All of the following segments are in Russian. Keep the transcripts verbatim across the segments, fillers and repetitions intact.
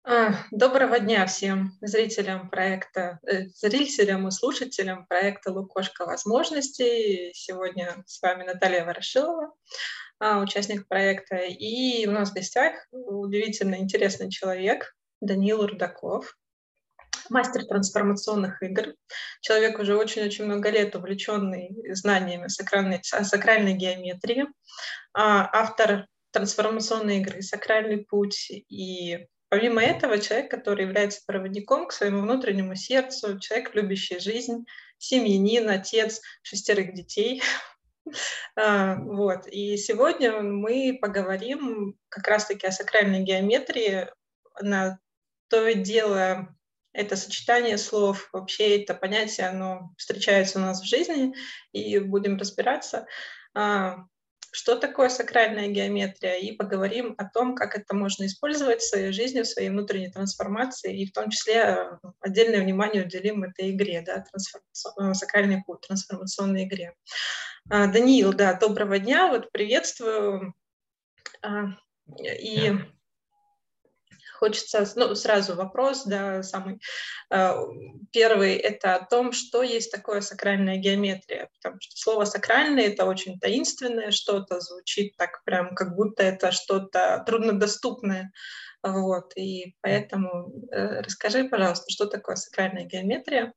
А, Доброго дня всем зрителям проекта, э, зрителям и слушателям проекта «Лукошко возможностей». Сегодня с вами Наталья Ворошилова, а, участник проекта. И у нас в гостях удивительно интересный человек Даниил Рудаков, мастер трансформационных игр. Человек, уже очень-очень много лет увлеченный знаниями сакральной, са- сакральной геометрии, а, автор трансформационной игры «Сакральный путь». И помимо этого, человек, который является проводником к своему внутреннему сердцу, человек, любящий жизнь, семьянин, отец шестерых детей. А, Вот. И сегодня мы поговорим как раз-таки о сакральной геометрии. На то и дело, это сочетание слов, вообще это понятие, оно встречается у нас в жизни, и будем разбираться, а, что такое сакральная геометрия, и поговорим о том, как это можно использовать в своей жизни, в своей внутренней трансформации, и в том числе э, отдельное внимание уделим этой игре, да, трансформацион- э, сакральный путь, трансформационной игре. А, Даниил, да, доброго дня, вот приветствую. А, И хочется, ну, сразу вопрос, да, самый э, первый, это о том, что есть такое сакральная геометрия, потому что слово «сакральное» — это очень таинственное что-то, звучит так прям, как будто это что-то труднодоступное, вот, и поэтому э, расскажи, пожалуйста, что такое сакральная геометрия?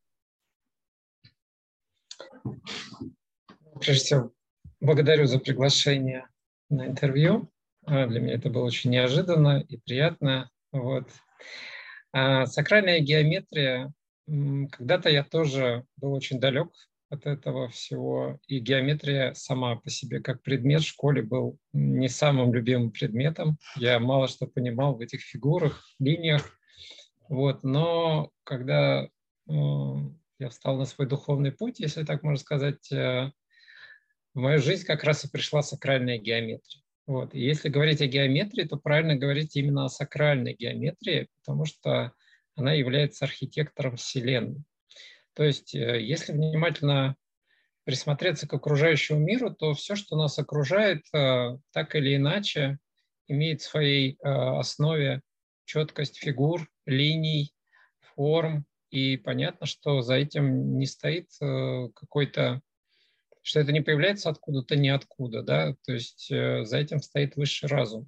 Прежде всего, благодарю за приглашение на интервью. А, Для меня это было очень неожиданно и приятно. Вот. А сакральная геометрия, м, когда-то я тоже был очень далек от этого всего, и геометрия сама по себе как предмет в школе был не самым любимым предметом. Я мало что понимал в этих фигурах, линиях. Вот. Но когда э, я встал на свой духовный путь, если так можно сказать, э, в мою жизнь как раз и пришла сакральная геометрия. Вот. И если говорить о геометрии, то правильно говорить именно о сакральной геометрии, потому что она является архитектором Вселенной. То есть, э, если внимательно присмотреться к окружающему миру, то все, что нас окружает, э, так или иначе имеет в своей э, основе четкость фигур, линий, форм. И понятно, что за этим не стоит э, какой-то, что это не появляется откуда-то ниоткуда, да, то есть э, за этим стоит высший разум.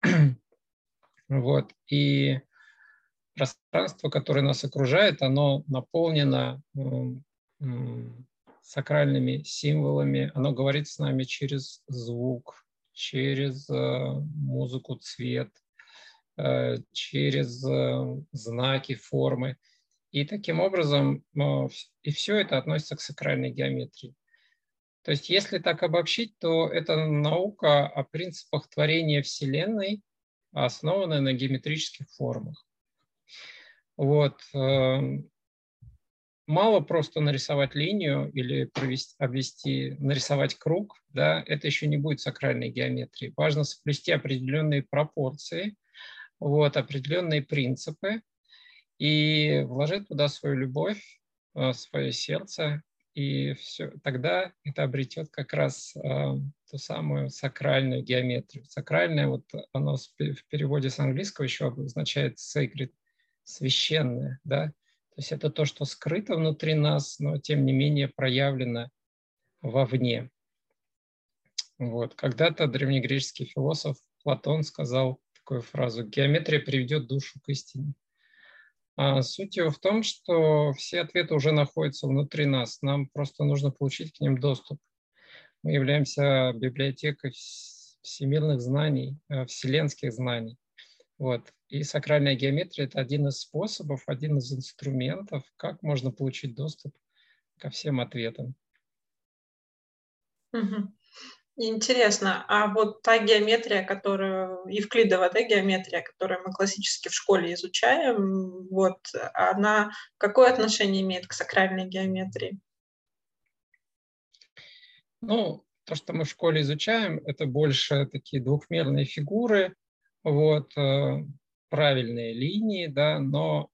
Вот. И пространство, которое нас окружает, оно наполнено м, м, сакральными символами, оно говорит с нами через звук, через э, музыку, цвет, э, через э, знаки, формы. И таким образом э, вс- и все это относится к сакральной геометрии. То есть, если так обобщить, то это наука о принципах творения Вселенной, основанная на геометрических формах. Вот. эм, Мало просто нарисовать линию или провести, обвести, нарисовать круг, да, это еще не будет сакральной геометрии. Важно соблюсти определенные пропорции, вот, определенные принципы и вложить туда свою любовь, э, свое сердце, и все, тогда это обретет как раз э, ту самую сакральную геометрию. Сакральное, вот оно в переводе с английского еще обозначает sacred, священное, да. То есть это то, что скрыто внутри нас, но тем не менее проявлено вовне. Вот. Когда-то древнегреческий философ Платон сказал такую фразу: «Геометрия приведет душу к истине». А суть его в том, что все ответы уже находятся внутри нас, нам просто нужно получить к ним доступ. Мы являемся библиотекой всемирных знаний, э, вселенских знаний. Вот. И сакральная геометрия — это один из способов, один из инструментов, как можно получить доступ ко всем ответам. Мгм. Интересно, а вот та геометрия, которую евклидова, да, геометрия, которую мы классически в школе изучаем, вот она какое отношение имеет к сакральной геометрии? Ну, то, что мы в школе изучаем, это больше такие двухмерные фигуры, вот, э, правильные линии, да, но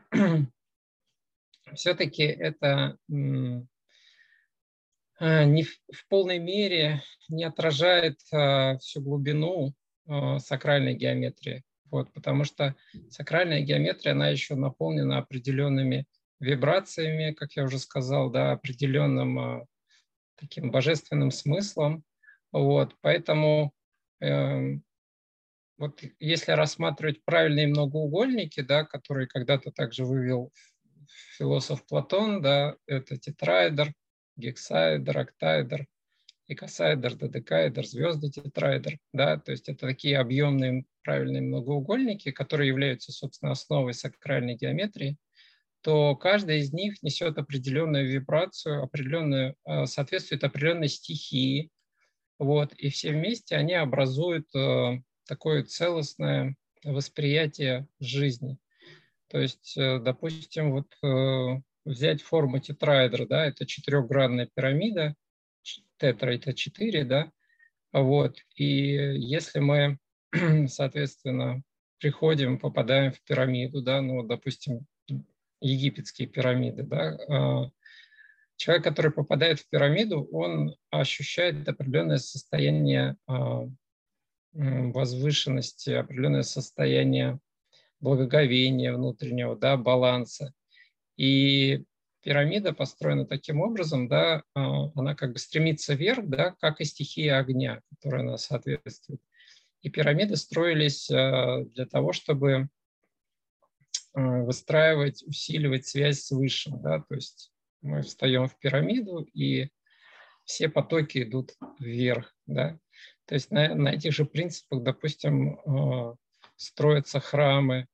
все-таки это м, э, не в, в полной мере не отражает э, всю глубину э, сакральной геометрии. Вот, потому что сакральная геометрия, она еще наполнена определенными вибрациями, как я уже сказал, да, определенным таким божественным смыслом. Вот, поэтому э, вот если рассматривать правильные многоугольники, да, которые когда-то также вывел философ Платон, да, это тетраэдр, гексаэдр, октаэдр, икосаэдр, додекаэдр, звезды тетраэдр, да, то есть это такие объемные правильные многоугольники, которые являются, собственно, основой сакральной геометрии, то каждый из них несет определенную вибрацию, определенную, соответствует определенной стихии, вот, и все вместе они образуют такое целостное восприятие жизни. То есть, допустим, вот взять форму тетраэдра, да, это четырехгранная пирамида, тетра это четыре, да, вот, и если мы, соответственно, приходим, попадаем в пирамиду, да, ну, допустим, египетские пирамиды, да, человек, который попадает в пирамиду, он ощущает определенное состояние возвышенности, определенное состояние благоговения внутреннего, да, баланса. И пирамида построена таким образом, да, она как бы стремится вверх, да, как и стихия огня, которая она соответствует. И пирамиды строились для того, чтобы выстраивать, усиливать связь с Высшим, да, то есть мы встаем в пирамиду, и все потоки идут вверх, да. То есть на, на этих же принципах, допустим, строятся храмы,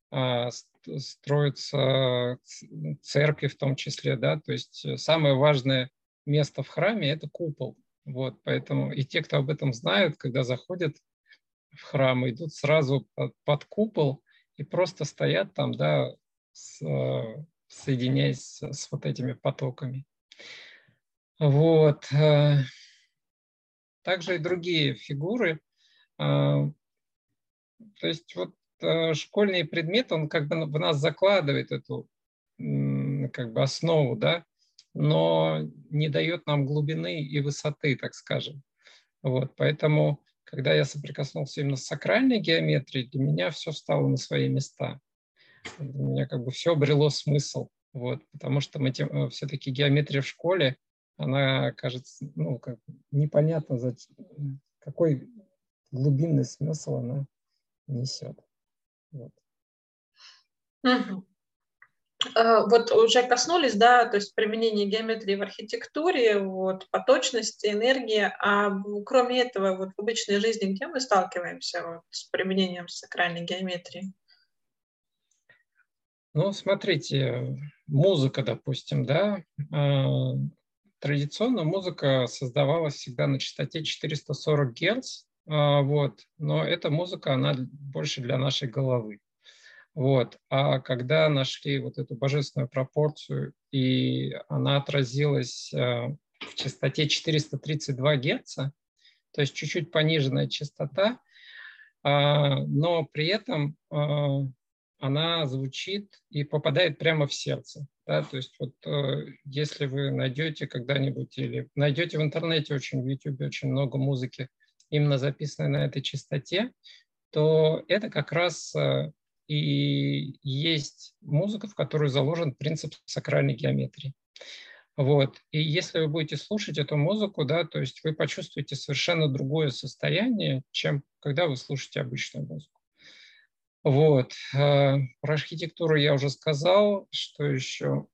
строятся церкви в том числе, да, то есть самое важное место в храме – это купол, вот, поэтому и те, кто об этом знают, когда заходят в храм, идут сразу под, под купол и просто стоят там, да, с, соединяясь с, с вот этими потоками. Вот. Также и другие фигуры. То есть вот школьный предмет, он как бы в нас закладывает эту как бы основу, да, но не дает нам глубины и высоты, так скажем. Вот, поэтому, когда я соприкоснулся именно с сакральной геометрией, для меня все встало на свои места. Для меня как бы все обрело смысл. Вот, потому что матем... все-таки геометрия в школе, она кажется, ну, как непонятно, какой глубинный смысл она несет. Вот. Угу. Вот уже коснулись, да, то есть применение геометрии в архитектуре, вот, поточности, энергии, а кроме этого, вот в обычной жизни где мы сталкиваемся вот, с применением сакральной геометрии? Ну, смотрите, музыка, допустим, да, традиционно музыка создавалась всегда на частоте четыреста сорок герц, вот, но эта музыка, она больше для нашей головы. Вот. А когда нашли вот эту божественную пропорцию, и она отразилась в частоте четыреста тридцать два герца, то есть чуть-чуть пониженная частота, но при этом она звучит и попадает прямо в сердце. Да? То есть вот если вы найдете когда-нибудь или найдете в интернете, очень в YouTube очень много музыки, именно записанной на этой частоте, то это как раз и есть музыка, в которую заложен принцип сакральной геометрии. Вот. И если вы будете слушать эту музыку, да, то есть вы почувствуете совершенно другое состояние, чем когда вы слушаете обычную музыку. Вот. Про архитектуру я уже сказал. Что еще?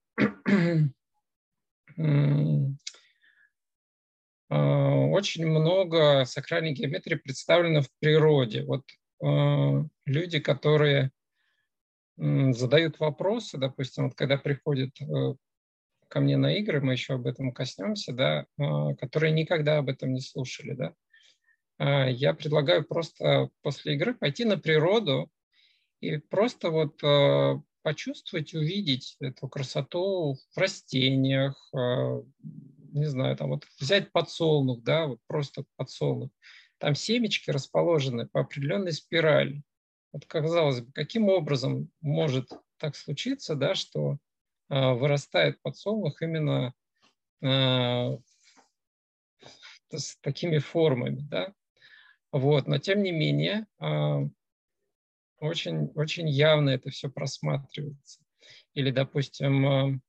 Очень много сакральной геометрии представлено в природе. Вот люди, которые задают вопросы, допустим, вот когда приходят ко мне на игры, мы еще об этом коснемся, да, которые никогда об этом не слушали, да, я предлагаю просто после игры пойти на природу и просто вот почувствовать, увидеть эту красоту в растениях, не знаю, там вот взять подсолнух, да, вот просто подсолнух. Там семечки расположены по определенной спирали. Вот казалось бы, каким образом может так случиться, да, что э, вырастает подсолнух именно э, с такими формами, да? Вот, но тем не менее, э, очень, очень явно это все просматривается. Или, допустим,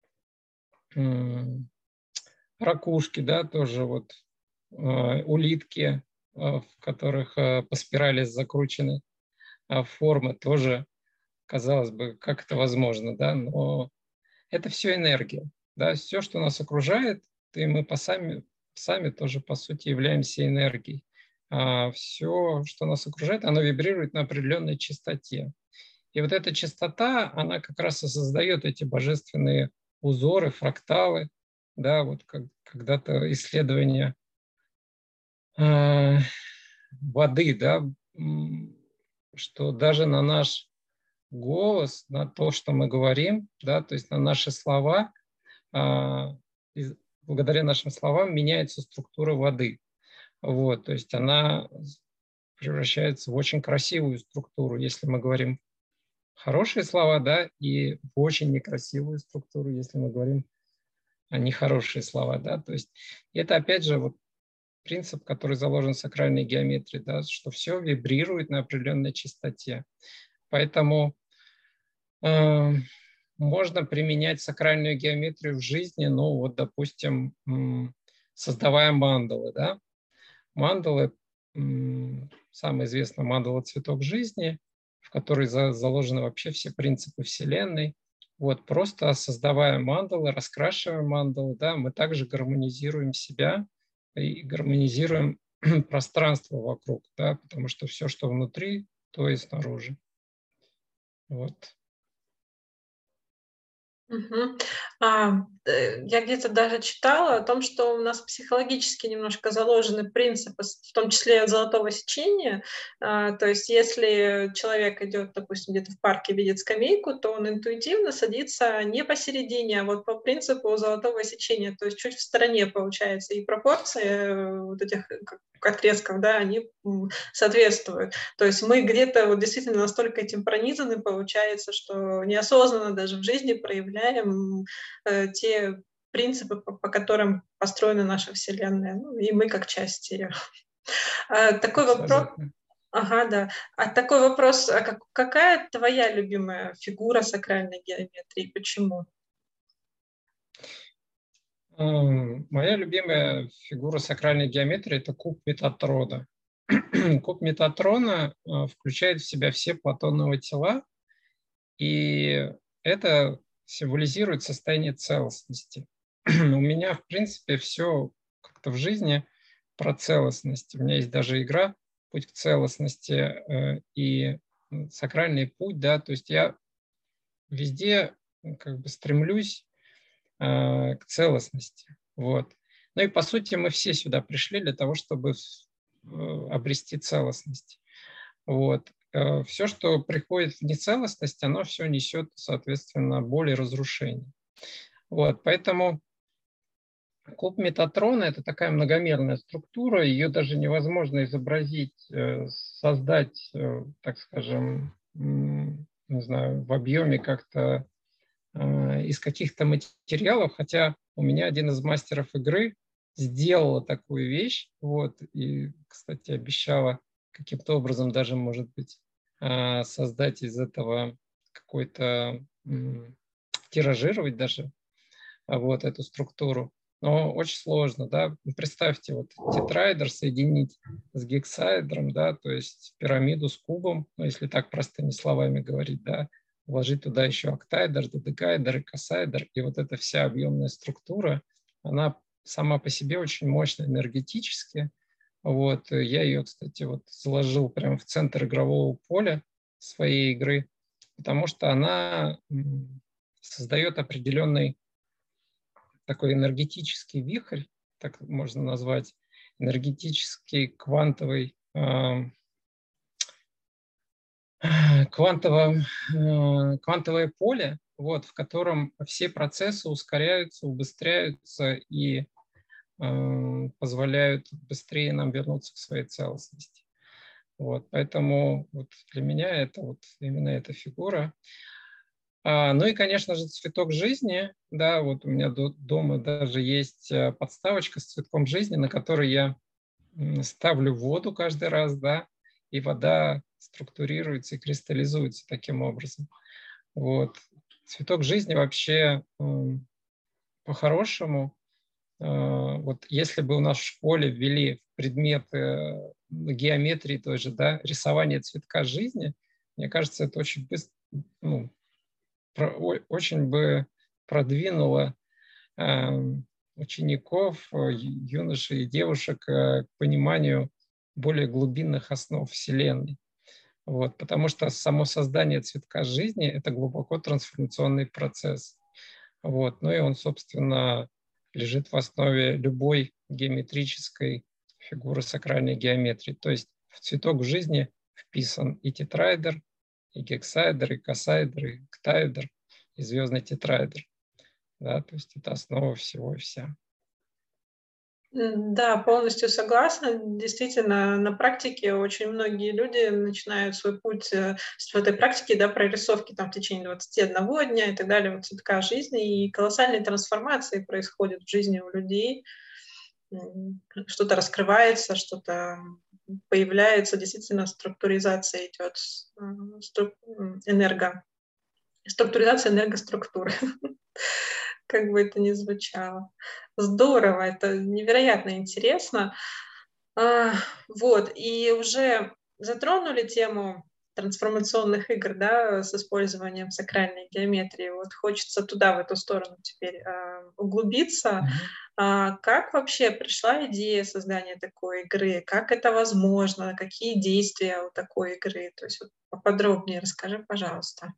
ракушки, да, тоже вот улитки, в которых по спирали закручены формы, тоже, казалось бы, как это возможно, да, но это все энергия, да, все, что нас окружает, и мы по сами, сами тоже, по сути, являемся энергией. А все, что нас окружает, оно вибрирует на определенной частоте. И вот эта частота, она как раз и создает эти божественные узоры, фракталы, да, вот как, когда-то исследования э, воды, да, что даже на наш голос, на то, что мы говорим, да, то есть на наши слова, а, благодаря нашим словам меняется структура воды. Вот, то есть она превращается в очень красивую структуру, если мы говорим хорошие слова, да, и в очень некрасивую структуру, если мы говорим нехорошие слова, да, то есть это опять же вот принцип, который заложен в сакральной геометрии, да, что все вибрирует на определенной частоте. Поэтому э, можно применять сакральную геометрию в жизни, ну вот, допустим, создавая мандалы, да. Мандалы, самая известная мандала «Цветок жизни», в которой заложены вообще все принципы Вселенной. Вот, просто создавая мандалы, раскрашивая мандалы, да, мы также гармонизируем себя и гармонизируем пространство вокруг, да, потому что все, что внутри, то и снаружи. Вот. Угу. А, я где-то даже читала о том, что у нас психологически немножко заложены принципы, в том числе золотого сечения. А, то есть если человек идет, допустим, где-то в парке, видит скамейку, то он интуитивно садится не посередине, а вот по принципу золотого сечения, то есть чуть в стороне получается. И пропорции вот этих отрезков, да, они соответствуют. То есть мы где-то вот действительно настолько этим пронизаны, получается, что неосознанно даже в жизни проявляем э, те принципы, по, по которым построена наша Вселенная, ну, и мы как часть ее. А, такой вопрос. Ага, да. А такой вопрос, а как, какая твоя любимая фигура сакральной геометрии? Почему? Моя любимая фигура сакральной геометрии – это куб Метатрона. Куб Метатрона включает в себя все платоновые тела, и это символизирует состояние целостности. У меня, в принципе, все как-то в жизни про целостность. У меня есть даже игра «Путь к целостности» и сакральный путь, да, то есть я везде как бы стремлюсь к целостности. Вот. Ну и по сути мы все сюда пришли для того, чтобы обрести целостность. Вот. Все, что приходит в нецелостность, оно все несет, соответственно, боль и разрушение. Вот. Поэтому куб Метатрона – это такая многомерная структура, ее даже невозможно изобразить, создать, так скажем, не знаю, в объеме как-то из каких-то материалов, хотя у меня один из мастеров игры сделала такую вещь, вот, и, кстати, обещала каким-то образом даже, может быть, создать из этого какой-то, тиражировать даже вот эту структуру. Но очень сложно, да. Представьте, вот тетраэдр соединить с гексаэдром, да, то есть пирамиду с кубом, ну, если так простыми словами говорить, да, вложить туда еще октаэдр, додекаэдр и косаэдр, и вот эта вся объемная структура, она сама по себе очень мощная энергетически. Вот, я ее, кстати, вот заложил прямо в центр игрового поля своей игры, потому что она создает определенный такой энергетический вихрь, так можно назвать, энергетический квантовый, э, квантовое, э, квантовое поле, вот, в котором все процессы ускоряются, убыстряются и э, позволяют быстрее нам вернуться к своей целостности. Вот, поэтому вот для меня это вот именно эта фигура. А, ну и, конечно же, цветок жизни. Да, вот у меня до, дома даже есть подставочка с цветком жизни, на которой я ставлю воду каждый раз, да, и вода структурируется и кристаллизуется таким образом. Вот. Цветок жизни вообще по-хорошему, вот если бы у нас в школе ввели предмет геометрии той же, да, рисование цветка жизни, мне кажется, это очень быстро, ну, про, очень бы продвинуло э, учеников, юношей и девушек к пониманию более глубинных основ Вселенной. Вот, потому что само создание цветка жизни – это глубоко трансформационный процесс. Вот, ну и он, собственно, лежит в основе любой геометрической фигуры сакральной геометрии. То есть в цветок жизни вписан и тетраэдр, и гексаэдр, и косаэдр, и октаэдр, и звездный тетраэдр. Да, то есть это основа всего и вся. Да, полностью согласна. Действительно, на практике очень многие люди начинают свой путь с этой практики, да, прорисовки там, в течение двадцати одного дня и так далее, вот цветка жизни, и колоссальные трансформации происходят в жизни у людей. Что-то раскрывается, что-то появляется, действительно структуризация идет, стру... энерго... структуризация энергоструктуры. Как бы это ни звучало. Здорово, это невероятно интересно. А, вот, и уже затронули тему трансформационных игр, да, с использованием сакральной геометрии. Вот хочется туда, в эту сторону теперь а, углубиться. Mm-hmm. А, как вообще пришла идея создания такой игры? Как это возможно? Какие действия у такой игры? То есть вот поподробнее расскажи, пожалуйста.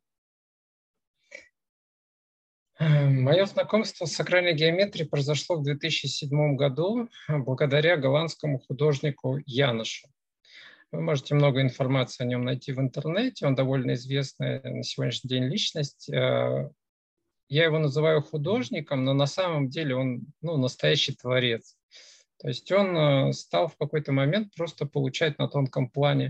Мое знакомство с сакральной геометрией произошло в две тысячи седьмом году благодаря голландскому художнику Яношу. Вы можете много информации о нем найти в интернете. Он довольно известная на сегодняшний день личность. Я его называю художником, но на самом деле он, ну, настоящий творец. То есть он стал в какой-то момент просто получать на тонком плане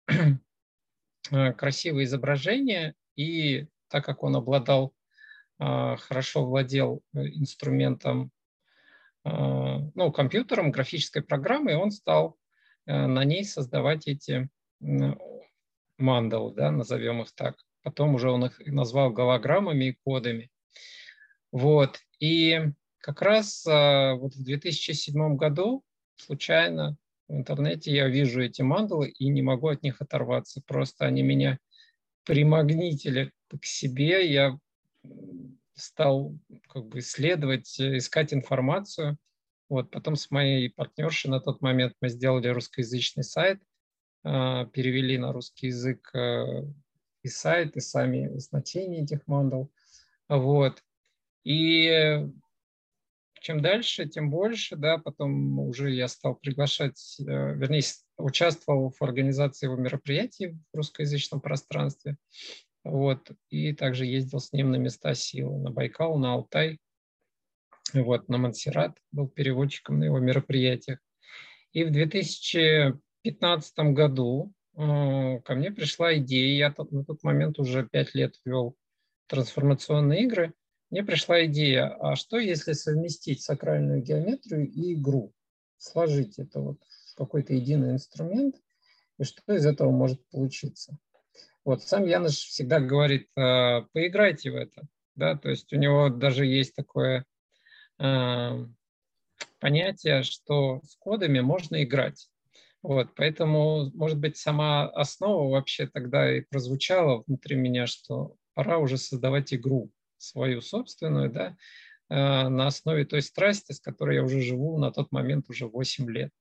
красивые изображения, и так как он обладал хорошо владел инструментом, ну, компьютером, графической программой, он стал на ней создавать эти мандалы, да, назовем их так. Потом уже он их назвал голограммами и кодами. Вот. И как раз вот в две тысячи седьмом году случайно в интернете я вижу эти мандалы и не могу от них оторваться. Просто они меня примагнитили к себе. Я стал как бы исследовать, искать информацию. Вот. Потом с моей партнершей на тот момент мы сделали русскоязычный сайт, перевели на русский язык и сайт, и сами значения этих мандал. Вот. И чем дальше, тем больше, да, потом уже я стал приглашать, вернее, участвовал в организации его мероприятий в русскоязычном пространстве. Вот, и также ездил с ним на места силы, на Байкал, на Алтай, вот, на Монсеррат, был переводчиком на его мероприятиях. И в две тысячи пятнадцатом году э, ко мне пришла идея, я тот, на тот момент уже пять лет вел трансформационные игры, мне пришла идея, а что если совместить сакральную геометрию и игру, сложить это вот в какой-то единый инструмент, и что из этого может получиться? Вот сам Янош всегда говорит, поиграйте в это, да, то есть у него даже есть такое э, понятие, что с кодами можно играть. Вот, поэтому, может быть, сама основа вообще тогда и прозвучала внутри меня, что пора уже создавать игру свою собственную, да, э, на основе той страсти, с которой я уже живу на тот момент уже восемь лет.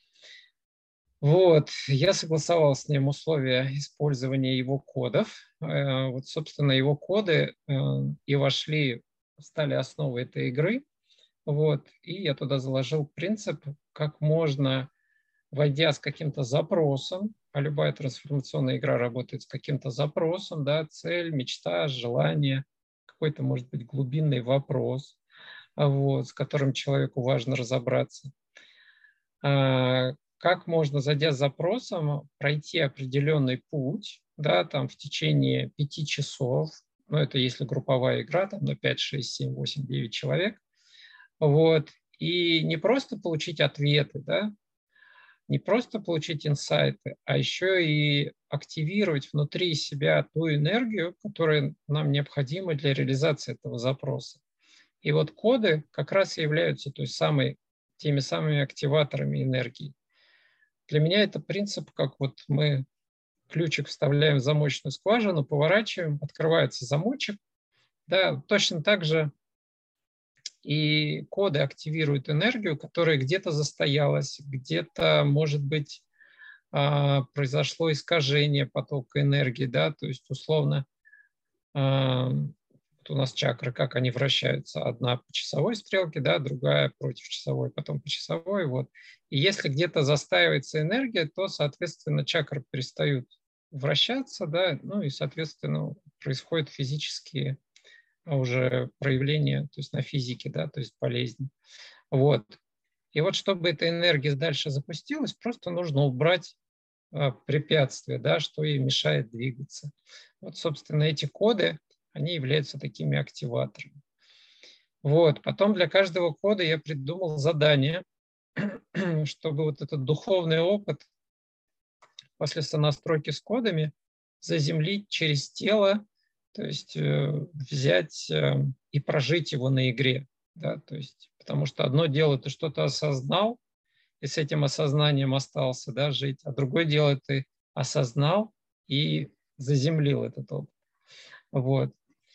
Вот, я согласовал с ним условия использования его кодов. Вот, собственно, его коды и вошли, стали основой этой игры. Вот, и я туда заложил принцип, как можно, войдя с каким-то запросом, а любая трансформационная игра работает с каким-то запросом, да, цель, мечта, желание, какой-то, может быть, глубинный вопрос, вот, с которым человеку важно разобраться. Как можно, зайдя с запросом, пройти определенный путь, да, там в течение пяти часов, ну, это если групповая игра, там на пять, шесть, семь, восемь, девять человек, вот, и не просто получить ответы, да, не просто получить инсайты, а еще и активировать внутри себя ту энергию, которая нам необходима для реализации этого запроса. И вот коды как раз и являются той самой, теми самыми активаторами энергии. Для меня это принцип, как вот мы ключик вставляем в замочную скважину, поворачиваем, открывается замочек. Да, точно так же и коды активируют энергию, которая где-то застоялась, где-то, может быть, произошло искажение потока энергии, да, то есть условно вот у нас чакры, как они вращаются, одна по часовой стрелке, да, другая против часовой, потом по часовой, вот. И если где-то застаивается энергия, то, соответственно, чакры перестают вращаться, да, ну и, соответственно, происходят физические уже проявления, то есть на физике, да, то есть болезни. Вот. И вот чтобы эта энергия дальше запустилась, просто нужно убрать препятствия, да, что ей мешает двигаться. Вот, собственно, эти коды, они являются такими активаторами. Вот. Потом для каждого кода я придумал задание, чтобы вот этот духовный опыт после сонастройки с кодами заземлить через тело, то есть э, взять э, и прожить его на игре. Да? То есть, потому что одно дело, ты что-то осознал, и с этим осознанием остался, да, жить, а другое дело, ты осознал и заземлил этот опыт. Вот.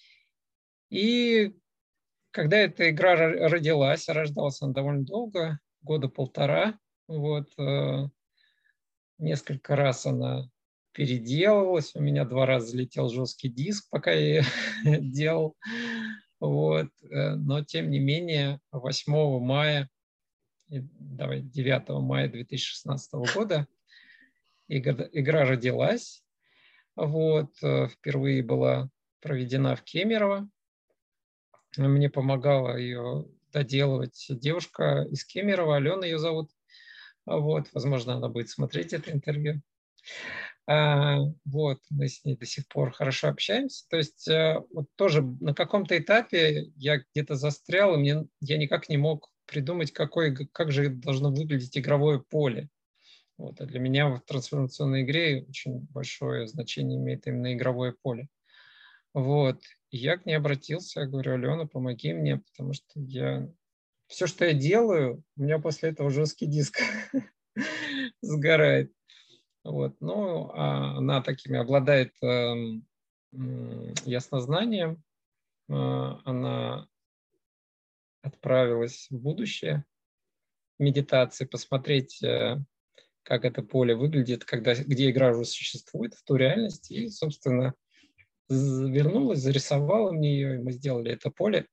И когда эта игра родилась, рождалась она довольно долго, года полтора, вот, э, несколько раз она переделывалась, у меня два раза залетел жесткий диск, пока я делал, вот, но тем не менее восьмого мая, давай, девятого мая две тысячи шестнадцатого года игра, игра родилась, вот, впервые была проведена в Кемерово, мне помогала ее доделывать девушка из Кемерово, Алена ее зовут, вот, возможно, она будет смотреть это интервью. А, вот, мы с ней до сих пор хорошо общаемся. То есть вот тоже на каком-то этапе я где-то застрял, и мне, я никак не мог придумать, какой, как же должно выглядеть игровое поле. Вот, а для меня в трансформационной игре очень большое значение имеет именно игровое поле. Вот. И я к ней обратился, я говорю: Алена, помоги мне, потому что я... Все, что я делаю, у меня после этого жесткий диск сгорает. Вот. Ну, а она такими обладает э, яснознанием. Э, она отправилась в будущее медитации, посмотреть, э, как это поле выглядит, когда, где игра уже существует, в ту реальность. И, собственно, вернулась, зарисовала мне ее, и мы сделали это поле.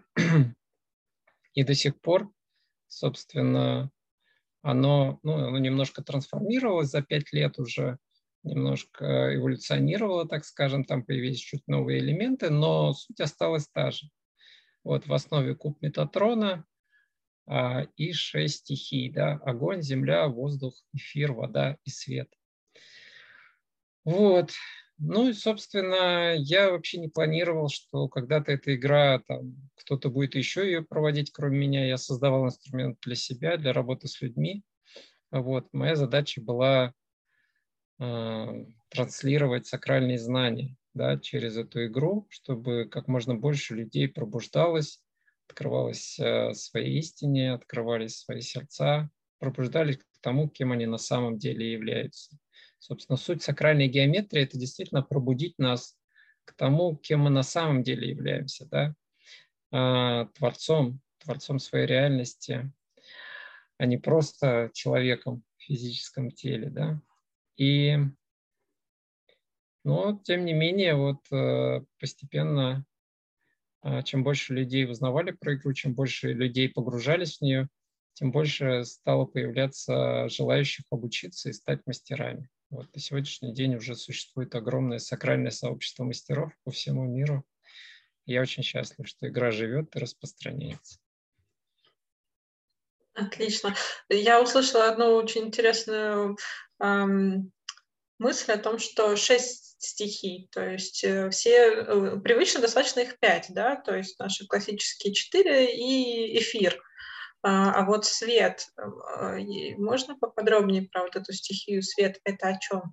И до сих пор, собственно, оно, ну, оно немножко трансформировалось за пять лет уже, немножко эволюционировало, так скажем, там появились чуть новые элементы, но суть осталась та же. Вот в основе куб Метатрона а, и шесть стихий, да, огонь, земля, воздух, эфир, вода и свет. Вот. Ну и, собственно, я вообще не планировал, что когда-то эта игра, там, кто-то будет еще ее проводить, кроме меня. Я создавал инструмент для себя, для работы с людьми. Вот. Моя задача была э, транслировать сакральные знания, да, через эту игру, чтобы как можно больше людей пробуждалось, открывалось э, своей истине, открывались свои сердца, пробуждались к тому, кем они на самом деле являются. Собственно, суть сакральной геометрии – это действительно пробудить нас к тому, кем мы на самом деле являемся, да? а, творцом, творцом своей реальности, а не просто человеком в физическом теле. Да? И, но, тем не менее, вот постепенно, чем больше людей узнавали про игру, чем больше людей погружались в нее, тем больше стало появляться желающих обучиться и стать мастерами. Вот. На сегодняшний день уже существует огромное сакральное сообщество мастеров по всему миру. Я очень счастлив, что игра живет и распространяется. Отлично. Я услышала одну очень интересную эм, мысль о том, что шесть стихий, то есть э, все, э, привычно достаточно их пять, да, то есть наши классические четыре и эфир. А, а вот свет, э, и можно поподробнее про вот эту стихию свет? Это о чем?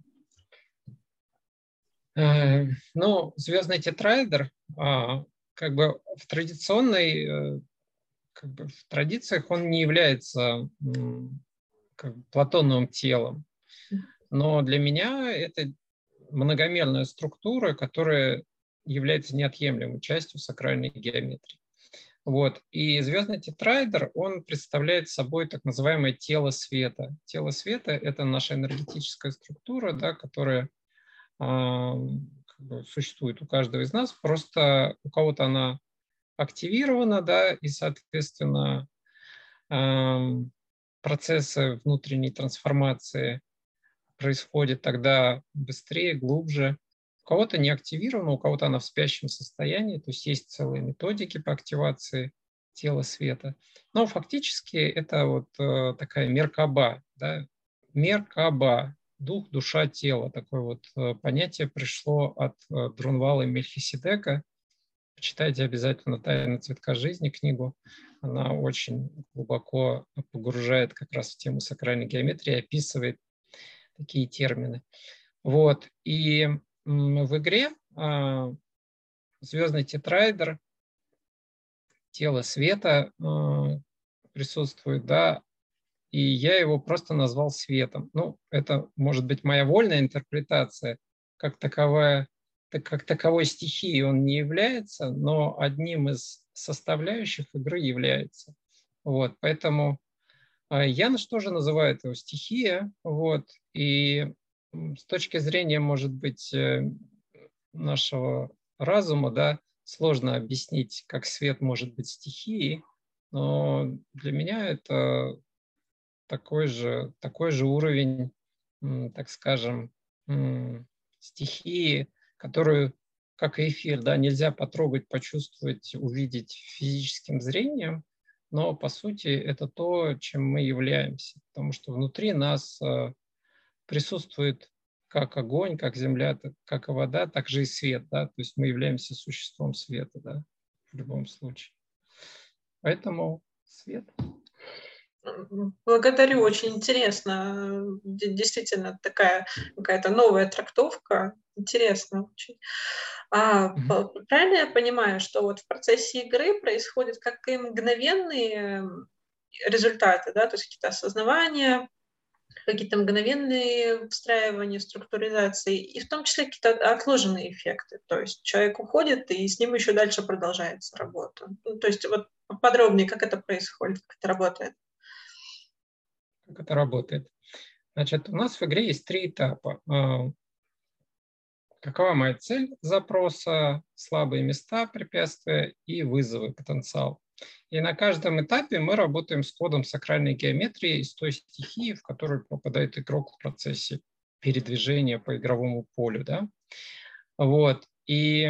Э, Ну, звездный тетраэдр, а, как бы в традиционной, э, как бы в традициях он не является м, как бы платоновым телом, но для меня это многомерная структура, которая является неотъемлемой частью сакральной геометрии. Вот. И звездный тетраэдр, он представляет собой так называемое тело света. Тело света – это наша энергетическая структура, да, которая а, как бы существует у каждого из нас. Просто у кого-то она активирована, да, и, соответственно, ам, процессы внутренней трансформации происходят тогда быстрее, глубже. У кого-то не активирована, у кого-то она в спящем состоянии, то есть есть целые методики по активации тела света. Но фактически это вот э, такая меркаба, да? Меркаба, дух, душа, тело. Такое вот э, понятие пришло от э, Друнвала и Мельхиседека. Почитайте обязательно «Тайны цветка жизни» книгу. Она очень глубоко погружает как раз в тему сакральной геометрии, описывает такие термины. Вот. И в игре а, звездный тетраэдр, тело света а, присутствует, да, и я его просто назвал светом. Ну, это может быть моя вольная интерпретация, как таковая, так как таковой стихией он не является, но одним из составляющих игры является. Вот, поэтому а, Яныш тоже называет его стихия, вот, и с точки зрения, может быть, э, нашего разума, да, сложно объяснить, как свет может быть стихией, но для меня это такой же, такой же уровень, так скажем, стихии, которую, как и эфир, да, нельзя потрогать, почувствовать, увидеть физическим зрением, но по сути это то, чем мы являемся, потому что внутри нас э, присутствует как огонь, как земля, как и вода, так же и свет, да, то есть мы являемся существом света, да, в любом случае. Поэтому свет. Благодарю, очень интересно. Действительно, такая какая-то новая трактовка. Интересно очень. А, mm-hmm. Правильно я понимаю, что вот в процессе игры происходят как и мгновенные результаты, да, то есть какие-то осознавания, какие-то мгновенные встраивания, структуризации, и в том числе какие-то отложенные эффекты. То есть человек уходит, и с ним еще дальше продолжается работа. Ну, то есть вот подробнее, как это происходит, как это работает. Как это работает? Значит, у нас в игре есть три этапа. Какова моя цель запроса, слабые места, препятствия и вызовы, потенциал. И на каждом этапе мы работаем с кодом сакральной геометрии из той стихии, в которую попадает игрок в процессе передвижения по игровому полю. Да? Вот. И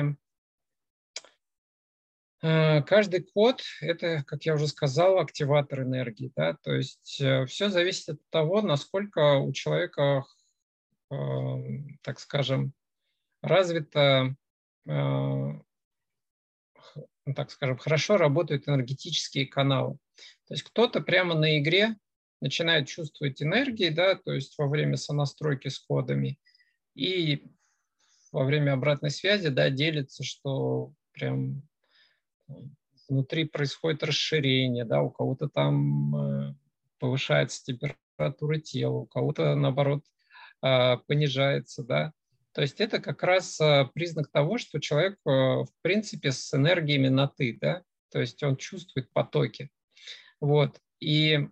э, каждый код – это, как я уже сказал, активатор энергии. Да? То есть э, все зависит от того, насколько у человека, э, так скажем, развито, э, так скажем, хорошо работают энергетические каналы. То есть кто-то прямо на игре начинает чувствовать энергии, да, то есть во время сонастройки с кодами, и во время обратной связи, да, делится, что прям внутри происходит расширение, да, у кого-то там э, повышается температура тела, у кого-то, наоборот, э, понижается, да. То есть это как раз признак того, что человек, в принципе, с энергиями на «ты», да, то есть он чувствует потоки. Вот. И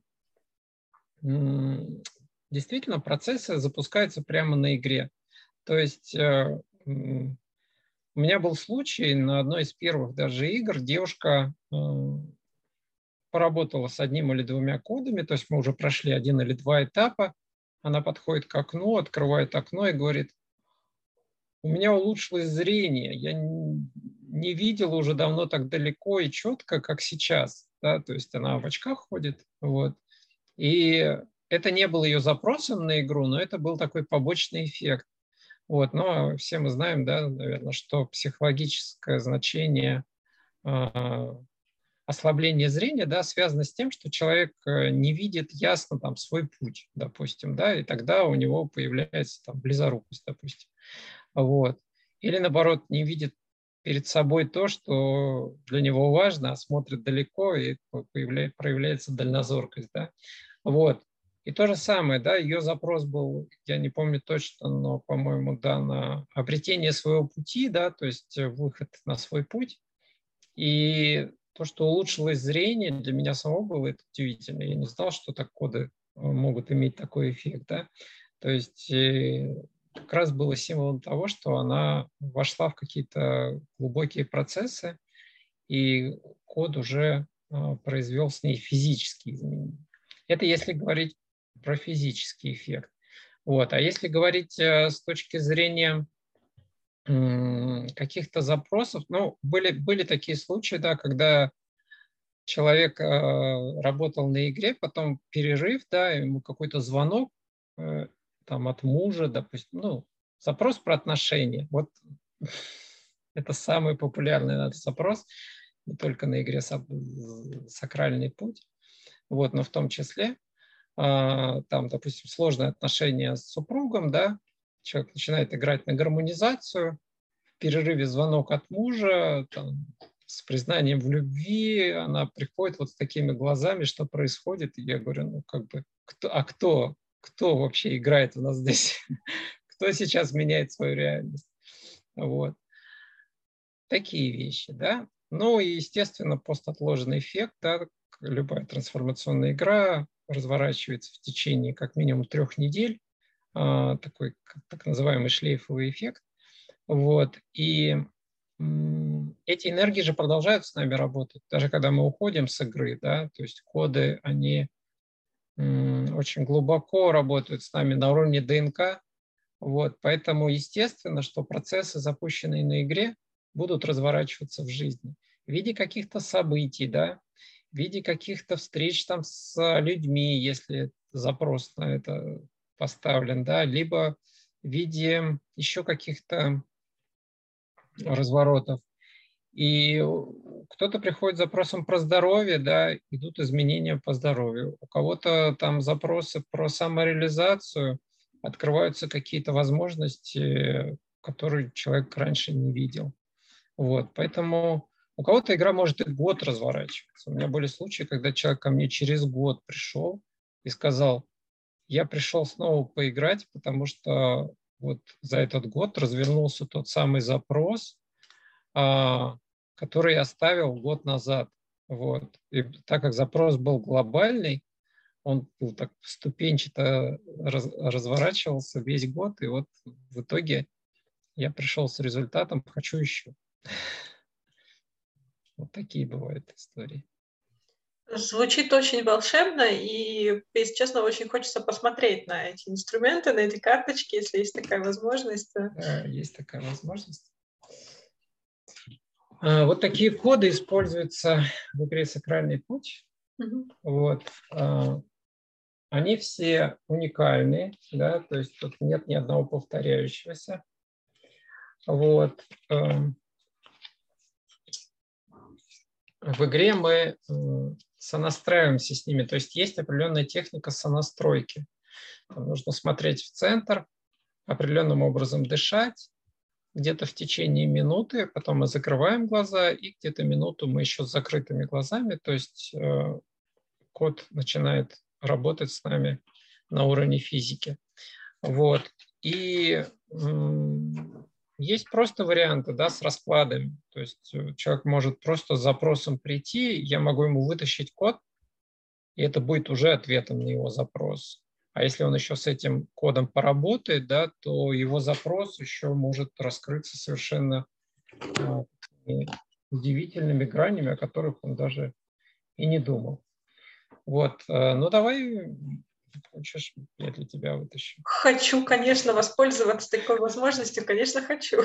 действительно процессы запускаются прямо на игре. То есть у меня был случай на одной из первых даже игр, девушка поработала с одним или двумя кодами, то есть мы уже прошли один или два этапа, она подходит к окну, открывает окно и говорит: у меня улучшилось зрение, я не видела уже давно так далеко и четко, как сейчас. Да? То есть она в очках ходит. Вот. И это не был ее запросом на игру, но это был такой побочный эффект. Вот. Но все мы знаем, да, наверное, что психологическое значение э, ослабление зрения, да, связано с тем, что человек не видит ясно там свой путь, допустим, да, и тогда у него появляется там близорукость, допустим. Вот. Или наоборот, не видит перед собой то, что для него важно, а смотрит далеко, и появляется, проявляется дальнозоркость, да. Вот. И то же самое, да, ее запрос был, я не помню точно, но, по-моему, да, на обретение своего пути, да, то есть выход на свой путь. И то, что улучшилось зрение, для меня самого было это удивительно. Я не знал, что так коды могут иметь такой эффект, да. То есть как раз было символом того, что она вошла в какие-то глубокие процессы, и код уже произвел с ней физические изменения. Это если говорить про физический эффект. Вот. А если говорить с точки зрения каких-то запросов, ну, были, были такие случаи, да, когда человек э, работал на игре, потом перерыв, да, ему какой-то звонок, э, там от мужа, допустим, ну, запрос про отношения. Вот это самый популярный, наверное, запрос, не только на игре «Сакральный путь», вот, но в том числе, а, там, допустим, сложные отношения с супругом, да, человек начинает играть на гармонизацию, в перерыве звонок от мужа, там, с признанием в любви, она приходит вот с такими глазами, что происходит, и я говорю, ну, как бы, кто, а кто, кто вообще играет у нас здесь? Кто сейчас меняет свою реальность? Вот. Такие вещи, да. Ну и, естественно, постотложенный эффект, да, любая трансформационная игра разворачивается в течение как минимум трех недель, а, такой так называемый шлейфовый эффект. Вот. И м, эти энергии же продолжают с нами работать, даже когда мы уходим с игры, да, то есть коды, они м, очень глубоко работают с нами на уровне ДНК. Вот. Поэтому естественно, что процессы, запущенные на игре, будут разворачиваться в жизни в виде каких-то событий, да, в виде каких-то встреч там с людьми, если запрос на это поставлен, да, либо в виде еще каких-то разворотов. И кто-то приходит с запросом про здоровье, да, идут изменения по здоровью. У кого-то там запросы про самореализацию, открываются какие-то возможности, которые человек раньше не видел. Вот, поэтому у кого-то игра может и год разворачиваться. У меня были случаи, когда человек ко мне через год пришел и сказал, я пришел снова поиграть, потому что вот за этот год развернулся тот самый запрос, который я оставил год назад. Вот. И так как запрос был глобальный, он был так ступенчато раз, разворачивался весь год, и вот в итоге я пришел с результатом «хочу еще». Вот такие бывают истории. Звучит очень волшебно, и, если честно, очень хочется посмотреть на эти инструменты, на эти карточки, если есть такая возможность. Да, есть такая возможность. Вот такие коды используются в игре «Сакральный путь». Mm-hmm. Вот. Они все уникальные, да, то есть тут нет ни одного повторяющегося. Вот. В игре мы сонастраиваемся с ними, то есть есть определенная техника сонастройки. Нужно смотреть в центр, определенным образом дышать, где-то в течение минуты, потом мы закрываем глаза, и где-то минуту мы еще с закрытыми глазами, то есть код начинает работать с нами на уровне физики. Вот. И м- есть просто варианты, да, с раскладами. То есть человек может просто с запросом прийти, я могу ему вытащить код, и это будет уже ответом на его запрос. А если он еще с этим кодом поработает, да, то его запрос еще может раскрыться совершенно а, удивительными гранями, о которых он даже и не думал. Вот, ну давай, хочешь, я для тебя вытащу. Хочу, конечно, воспользоваться такой возможностью, конечно, хочу.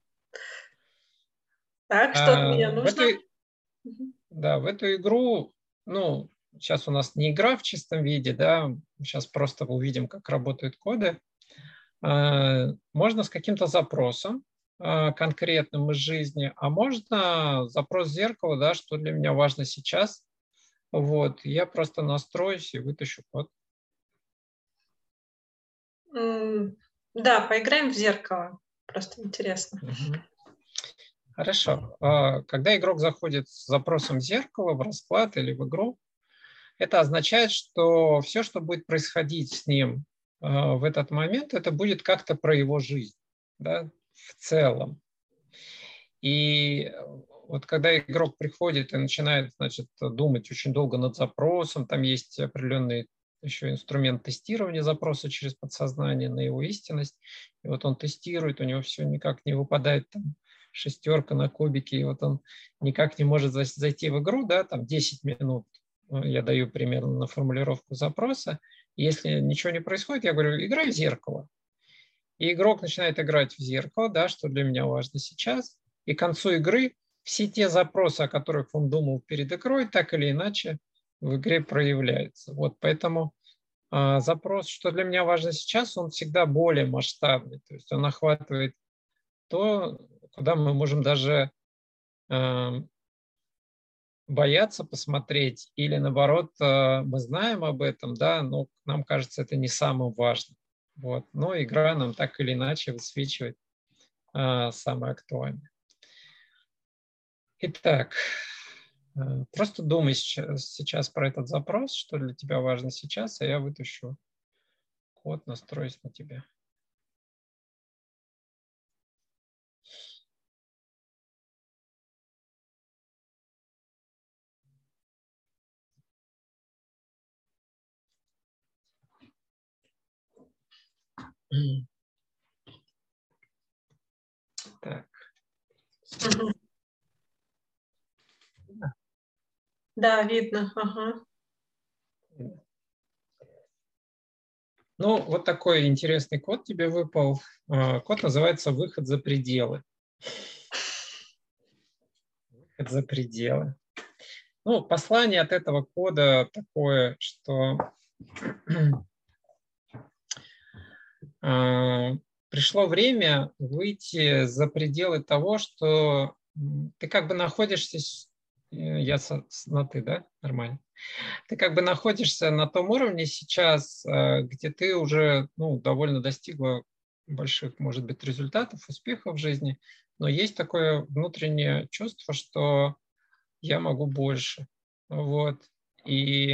Так, что от меня нужно? В эту, да, в эту игру, ну, сейчас у нас не игра в чистом виде, да, сейчас просто увидим, как работают коды. Можно с каким-то запросом конкретным из жизни, а можно запрос зеркала, да, что для меня важно сейчас. Вот, я просто настроюсь и вытащу код. Да, поиграем в зеркало. Просто интересно. Угу. Хорошо. Когда игрок заходит с запросом зеркала в расклад или в игру, это означает, что все, что будет происходить с ним в этот момент, это будет как-то про его жизнь, да, в целом. И вот когда игрок приходит и начинает, значит, думать очень долго над запросом, там есть определенный еще инструмент тестирования запроса через подсознание на его истинность. И вот он тестирует, у него все никак не выпадает там шестерка на кубике, и вот он никак не может зайти в игру, да, там десять минут я даю примерно на формулировку запроса. Если ничего не происходит, я говорю, играй в зеркало. И игрок начинает играть в зеркало, да, что для меня важно сейчас. И к концу игры все те запросы, о которых он думал перед игрой, так или иначе в игре проявляются. Вот поэтому а, запрос, что для меня важно сейчас, он всегда более масштабный. То есть он охватывает то, куда мы можем даже а, бояться посмотреть, или наоборот, а, мы знаем об этом, да, но нам кажется, это не самым важным. Вот. Но игра нам так или иначе высвечивает а, самое актуальное. Итак, просто думай сейчас, сейчас про этот запрос, что для тебя важно сейчас, а я вытащу код, настроюсь на тебя. Так. Угу. Да, видно. Ага. Ну, вот такой интересный код тебе выпал. Код называется «Выход за пределы». Выход за пределы. Ну, послание от этого кода такое, что пришло время выйти за пределы того, что ты как бы находишься, я на ты, да, нормально? Ты как бы находишься на том уровне сейчас, где ты уже, ну, довольно достигла больших, может быть, результатов, успехов в жизни, но есть такое внутреннее чувство, что я могу больше. Вот. И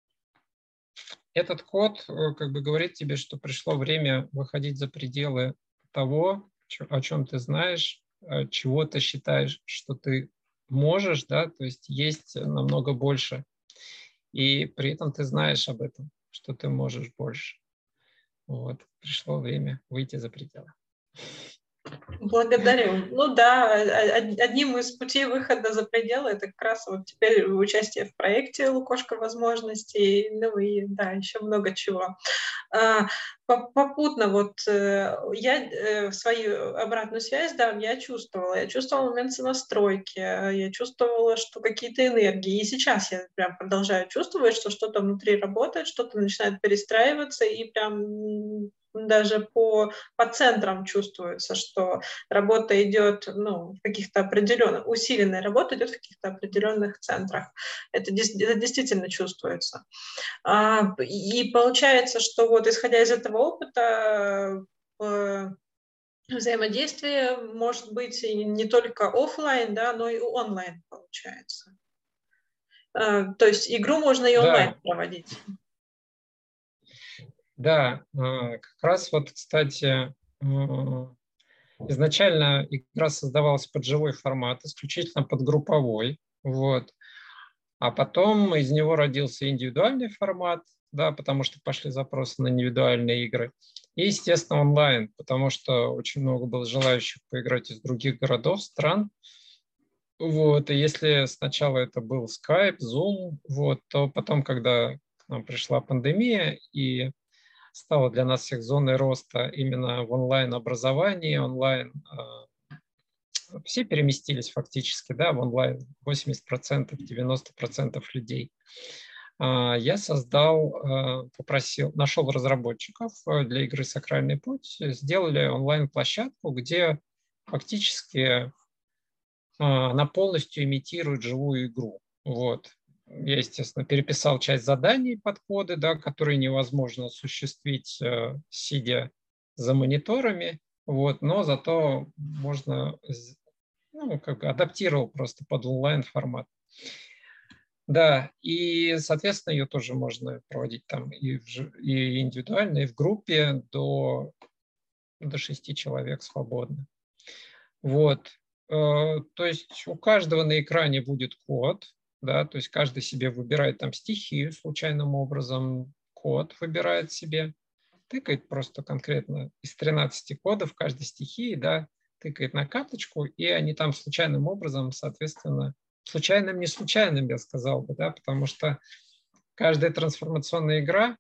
этот код как бы говорит тебе, что пришло время выходить за пределы того, о чем ты знаешь, чего ты считаешь, что ты можешь, да, то есть есть намного больше. И при этом ты знаешь об этом, что ты можешь больше. Вот. Пришло время выйти за пределы. Благодарю. Ну да, одним из путей выхода за пределы это как раз вот теперь участие в проекте «Лукошко возможностей», ну и да, еще много чего. Попутно вот я свою обратную связь, да, я чувствовала. Я чувствовала момент сонастройки, я чувствовала, что какие-то энергии. И сейчас я прям продолжаю чувствовать, что что-то внутри работает, что-то начинает перестраиваться, и прям даже по, по центрам чувствуется, что работа идет, ну, в каких-то определенных, усиленная работа идет в каких-то определенных центрах. Это, это действительно чувствуется. И получается, что вот исходя из этого опыта, взаимодействие может быть не только офлайн, да, но и онлайн получается. То есть игру можно и онлайн да. проводить. Да, как раз вот, кстати, изначально игра создавалась под живой формат, исключительно под групповой, вот. А потом из него родился индивидуальный формат, да, потому что пошли запросы на индивидуальные игры. И, естественно, онлайн, потому что очень много было желающих поиграть из других городов, стран. Вот. И если сначала это был Skype, Zoom, вот, то потом, когда к нам пришла пандемия и стала для нас всех зоной роста именно в онлайн-образовании, онлайн, все переместились фактически, да, в онлайн, восемьдесят процентов, девяносто процентов людей. Я создал, попросил, нашел разработчиков для игры «Сакральный путь», сделали онлайн-площадку, где фактически она полностью имитирует живую игру. Вот. Я, естественно, переписал часть заданий под коды, да, которые невозможно осуществить, сидя за мониторами, вот, но зато можно, ну, как бы адаптировал просто под онлайн-формат. Да, и, соответственно, ее тоже можно проводить там и, в, и индивидуально, и в группе до, до шести человек свободно. Вот. То есть у каждого на экране будет код, да, то есть каждый себе выбирает там стихию случайным образом, код выбирает себе, тыкает просто конкретно из тринадцати кодов каждой стихии, да, тыкает на карточку, и они там случайным образом, соответственно, случайным, не случайным, я сказал бы, да, потому что каждая трансформационная игра,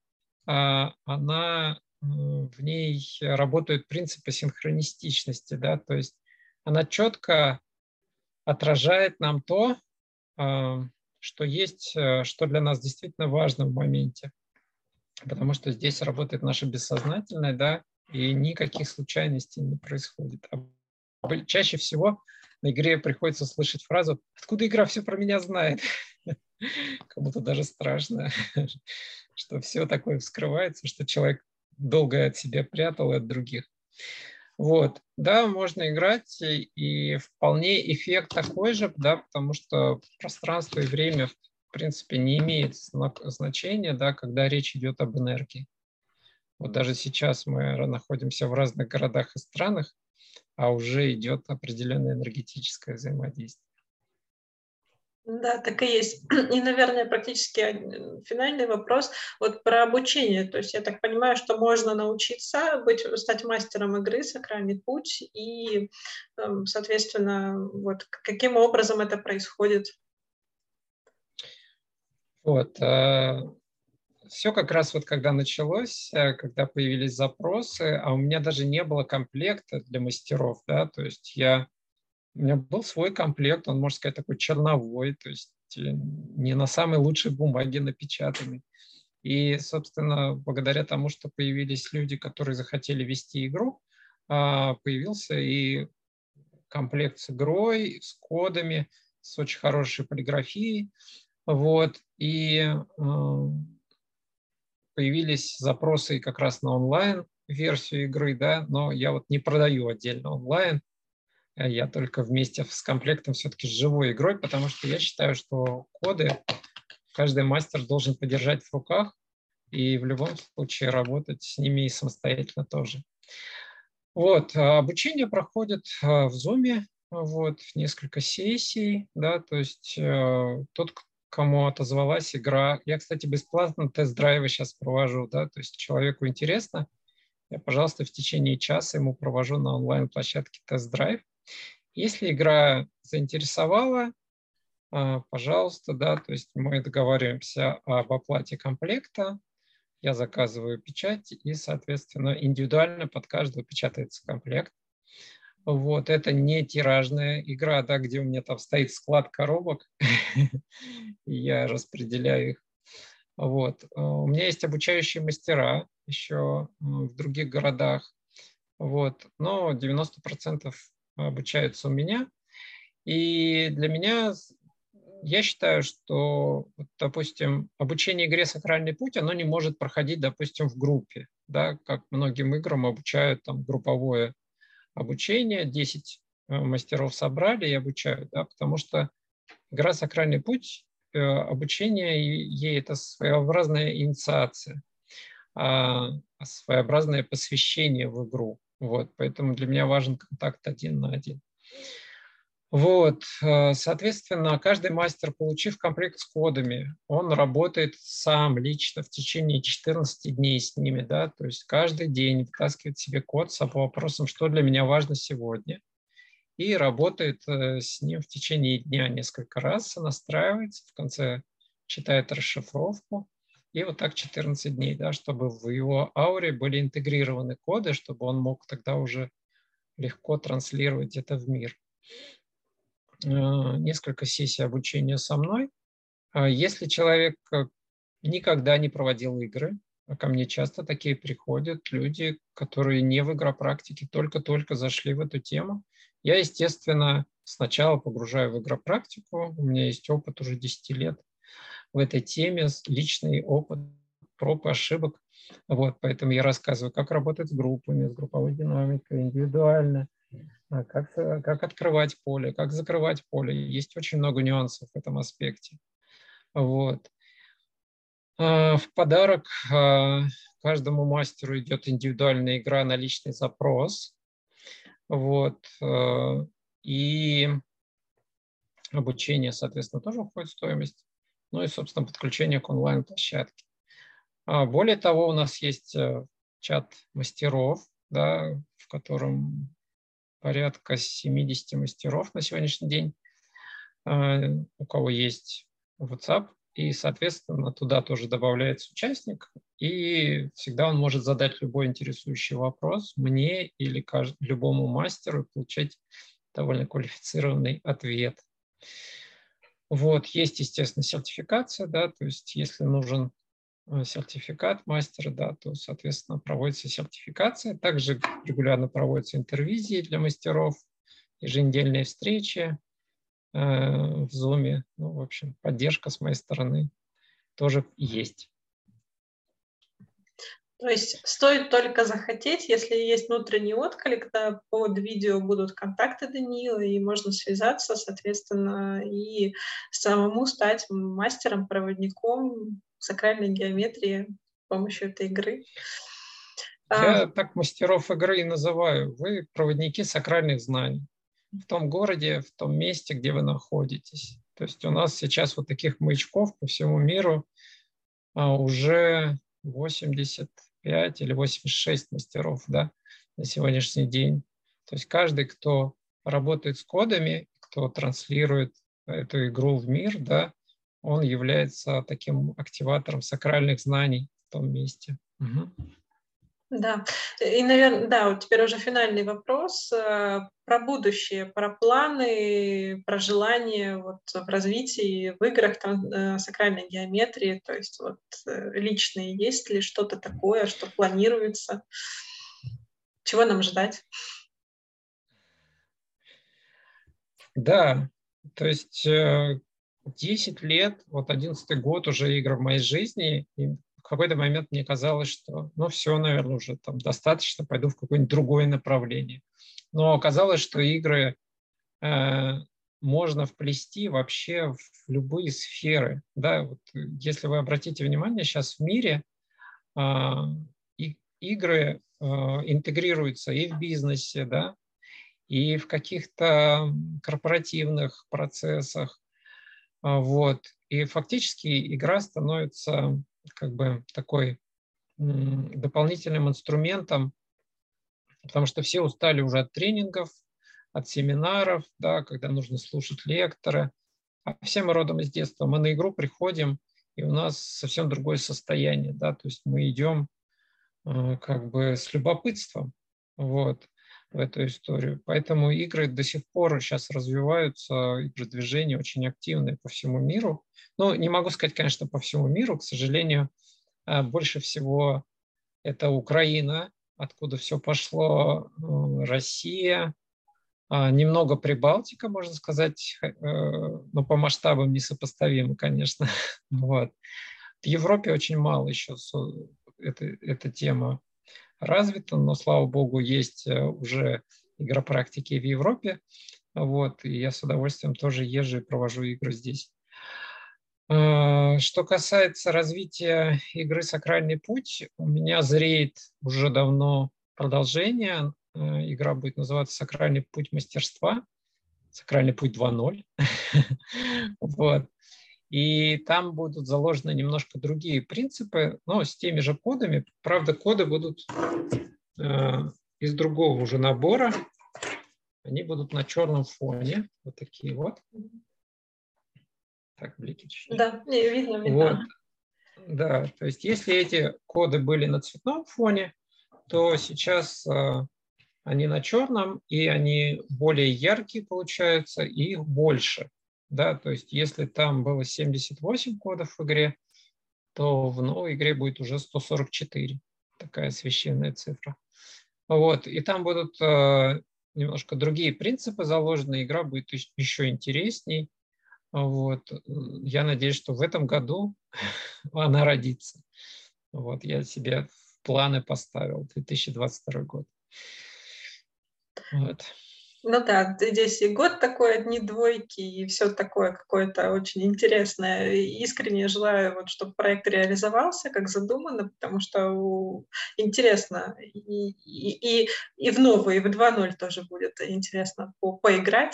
она, в ней работают принципы синхронистичности, да, то есть она четко отражает нам то, что есть, что для нас действительно важно в моменте. Потому что здесь работает наше бессознательное, да, и никаких случайностей не происходит. А чаще всего на игре приходится слышать фразу «Откуда игра все про меня знает?» Как будто даже страшно, что все такое вскрывается, что человек долго от себя прятал и от других. Вот, да, можно играть, и вполне эффект такой же, да, потому что пространство и время, в принципе, не имеет значения, да, когда речь идет об энергии. Вот даже сейчас мы находимся в разных городах и странах, а уже идет определенное энергетическое взаимодействие. Да, так и есть. И, наверное, практически финальный вопрос вот про обучение. То есть я так понимаю, что можно научиться быть, стать мастером игры «Сакральный путь», и, соответственно, вот каким образом это происходит? Вот. Все как раз вот когда началось, когда появились запросы, а у меня даже не было комплекта для мастеров, да, то есть я У меня был свой комплект, он, можно сказать, такой черновой, то есть не на самой лучшей бумаге напечатанный. И, собственно, благодаря тому, что появились люди, которые захотели вести игру, появился и комплект с игрой, с кодами, с очень хорошей полиграфией. Вот. И появились запросы как раз на онлайн-версию игры, да, но я вот не продаю отдельно онлайн, я только вместе с комплектом все-таки с живой игрой, потому что я считаю, что коды каждый мастер должен подержать в руках и в любом случае работать с ними и самостоятельно тоже. Вот, обучение проходит в Zoom, вот, несколько сессий, да, то есть э, тот, кому отозвалась игра. Я, кстати, бесплатно тест-драйвы сейчас провожу, да, то есть человеку интересно, я, пожалуйста, в течение часа ему провожу на онлайн-площадке тест-драйв. Если игра заинтересовала, пожалуйста, да, то есть мы договариваемся об оплате комплекта, я заказываю печать, и, соответственно, индивидуально под каждого печатается комплект. Вот, это не тиражная игра, да, где у меня там стоит склад коробок, и я распределяю их. Вот. У меня есть обучающие мастера еще в других городах, вот, но девяносто процентов обучаются у меня. И для меня, я считаю, что, допустим, обучение игре «Сакральный путь», оно не может проходить, допустим, в группе, да, как многим играм обучают там групповое обучение, десять мастеров собрали и обучают, да, потому что игра «Сакральный путь», обучение ей – это своеобразная инициация, своеобразное посвящение в игру. Вот, поэтому для меня важен контакт один на один. Вот, соответственно, каждый мастер, получив комплект с кодами, он работает сам лично в течение четырнадцати дней с ними, да, то есть каждый день вытаскивает себе код с вопросом, что для меня важно сегодня, и работает с ним в течение дня несколько раз, настраивается, в конце читает расшифровку, и вот так четырнадцать дней, да, чтобы в его ауре были интегрированы коды, чтобы он мог тогда уже легко транслировать это в мир. Несколько сессий обучения со мной. Если человек никогда не проводил игры, ко мне часто такие приходят люди, которые не в игропрактике, только-только зашли в эту тему. Я, естественно, сначала погружаю в игропрактику. У меня есть опыт уже десять лет в этой теме, личный опыт проб и ошибок. Вот, поэтому я рассказываю, как работать с группами, с групповой динамикой, индивидуально, как, как открывать поле, как закрывать поле. Есть очень много нюансов в этом аспекте. Вот. В подарок каждому мастеру идет индивидуальная игра на личный запрос. Вот. И обучение, соответственно, тоже входит в стоимость. Ну и, собственно, подключение к онлайн-площадке. Более того, у нас есть чат мастеров, да, в котором порядка семидесяти мастеров на сегодняшний день, у кого есть WhatsApp, и, соответственно, туда тоже добавляется участник, и всегда он может задать любой интересующий вопрос мне или любому мастеру и получать довольно квалифицированный ответ. Вот, есть, естественно, сертификация, да, то есть если нужен сертификат мастера, да, то, соответственно, проводится сертификация. Также регулярно проводятся интервизии для мастеров, еженедельные встречи э, в Zoom. Ну, в общем, поддержка с моей стороны тоже есть. То есть стоит только захотеть, если есть внутренний отклик, да, под видео будут контакты Даниила, и можно связаться, соответственно, и самому стать мастером, проводником сакральной геометрии с помощью этой игры. Я а, так мастеров игры и называю. Вы проводники сакральных знаний в том городе, в том месте, где вы находитесь. То есть у нас сейчас вот таких маячков по всему миру а, уже восемьдесят пять или восемьдесят шесть мастеров, да, на сегодняшний день. То есть каждый, кто работает с кодами, кто транслирует эту игру в мир, да, он является таким активатором сакральных знаний в том месте. Угу. Да, и, наверное, да, вот теперь уже финальный вопрос э, про будущее, про планы, про желания вот, в развитии, в играх там, э, сакральной геометрии, то есть вот э, личные, есть ли что-то такое, что планируется, чего нам ждать? Да, то есть э, десять лет, вот одиннадцатый год уже игр в моей жизни, и в какой-то момент мне казалось, что ну все, наверное, уже там достаточно, пойду в какое-нибудь другое направление. Но оказалось, что игры э, можно вплести вообще в любые сферы. Да? Вот, если вы обратите внимание, сейчас в мире э, и, игры э, интегрируются и в бизнесе, да, и в каких-то корпоративных процессах. Вот. И фактически игра становится как бы такой дополнительным инструментом, потому что все устали уже от тренингов, от семинаров, да, когда нужно слушать лектора. А все мы родом из детства. Мы на игру приходим, и у нас совсем другое состояние. Да, то есть мы идем как бы с любопытством вот, в эту историю. Поэтому игры до сих пор сейчас развиваются, игры движения очень активные по всему миру. Ну, не могу сказать, конечно, по всему миру, к сожалению, больше всего это Украина, откуда все пошло, Россия, немного Прибалтика, можно сказать, но по масштабам несопоставимо, конечно. Вот. В Европе очень мало еще эта, эта тема развита, но, слава богу, есть уже игропрактики в Европе. Вот, и я с удовольствием тоже езжу и провожу игры здесь. Что касается развития игры «Сакральный путь», у меня зреет уже давно продолжение. Игра будет называться «Сакральный путь мастерства», «Сакральный путь два ноль». Вот. И там будут заложены немножко другие принципы, но с теми же кодами. Правда, коды будут э, из другого уже набора. Они будут на черном фоне. Вот такие вот. Так, блики чуть-чуть. Да, не, видно, видно. Вот. Да, то есть если эти коды были на цветном фоне, то сейчас э, они на черном, и они более яркие получаются, и их больше. Да, то есть если там было семьдесят восемь кодов в игре, то в новой игре будет уже сто сорок четыре. Такая священная цифра. Вот. И там будут э, немножко другие принципы заложены, игра будет еще интересней. Вот. Я надеюсь, что в этом году она родится. Вот. Я себе в планы поставил две тысячи двадцать второй год. Вот. Ну да, здесь и год такой, одни двойки, и все такое какое-то очень интересное. И искренне желаю, вот, чтобы проект реализовался, как задумано, потому что у- интересно. И, и, и, и в новый, и в два ноль тоже будет интересно по, поиграть.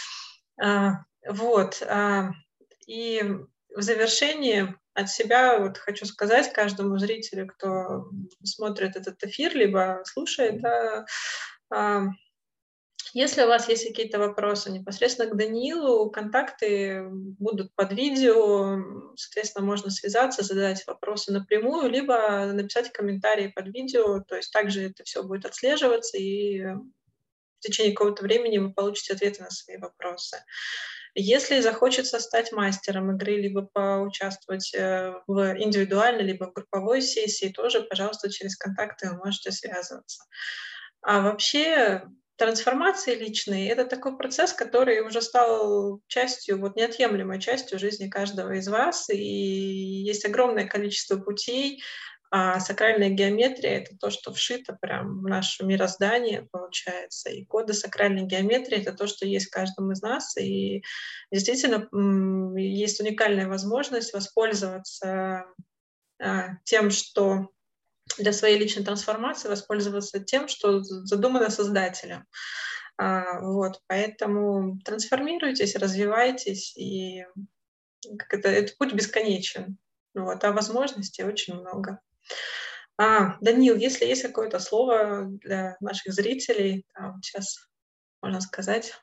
А, вот. А, и в завершении от себя вот хочу сказать каждому зрителю, кто смотрит этот эфир, либо слушает, да, а, если у вас есть какие-то вопросы непосредственно к Даниилу, контакты будут под видео, соответственно, можно связаться, задать вопросы напрямую, либо написать комментарии под видео, то есть также это все будет отслеживаться, и в течение какого-то времени вы получите ответы на свои вопросы. Если захочется стать мастером игры, либо поучаствовать э, в индивидуальной, либо в групповой сессии, тоже, пожалуйста, через контакты вы можете связываться. А вообще трансформации личные — это такой процесс, который уже стал частью, вот неотъемлемой частью жизни каждого из вас, и есть огромное количество путей. А сакральная геометрия — это то, что вшито прям в наше мироздание, получается. И коды сакральной геометрии — это то, что есть в каждом из нас. И действительно м, есть уникальная возможность воспользоваться а, тем, что для своей личной трансформации, воспользоваться тем, что задумано создателем. А, вот, поэтому трансформируйтесь, развивайтесь, и как это, этот путь бесконечен. Вот, а возможностей очень много. А, Даниил, если есть какое-то слово для наших зрителей, там, сейчас можно сказать.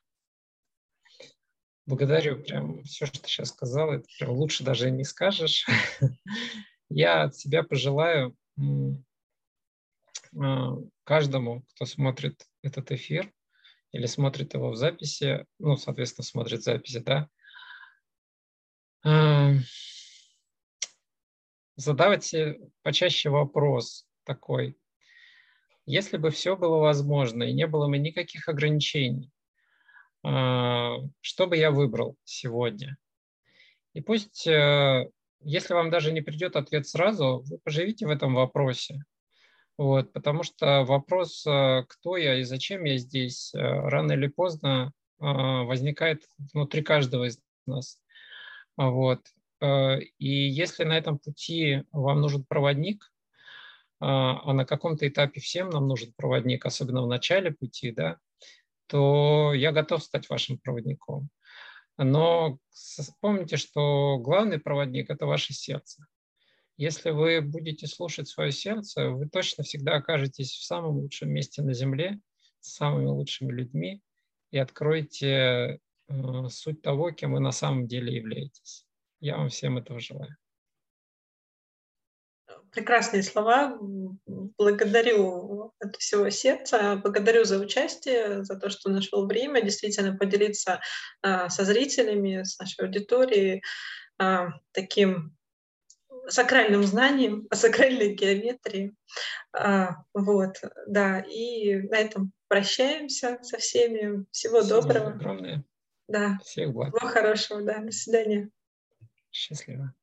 Благодарю. Прям все, что ты сейчас сказал, это прям лучше даже и не скажешь. Я от себя пожелаю м, а, каждому, кто смотрит этот эфир или смотрит его в записи, ну, соответственно, смотрит записи, да, а, задавайте почаще вопрос такой. Если бы все было возможно и не было бы никаких ограничений, а, что бы я выбрал сегодня? И пусть, э, если вам даже не придет ответ сразу, вы поживите в этом вопросе. Вот, потому что вопрос, э, кто я и зачем я здесь, э, рано или поздно э, возникает внутри каждого из нас. А Вот. Э, И если на этом пути вам нужен проводник, а а на каком-то этапе всем нам нужен проводник, особенно в начале пути, да, то я готов стать вашим проводником. Но с- помните, что главный проводник — это ваше сердце. Если вы будете слушать свое сердце, вы точно всегда окажетесь в самом лучшем месте на Земле, с самыми лучшими людьми, и откроете э, суть того, кем вы на самом деле являетесь. Я вам всем этого желаю. Прекрасные слова. Благодарю от всего сердца. Благодарю за участие, за то, что нашел время действительно поделиться а, со зрителями, с нашей аудиторией а, таким сакральным знанием о сакральной геометрии. А, вот, да. И на этом прощаемся со всеми. Всего Спасибо доброго. огромное. Да. Всех благ. Всего хорошего. Да. До свидания. Счастливо.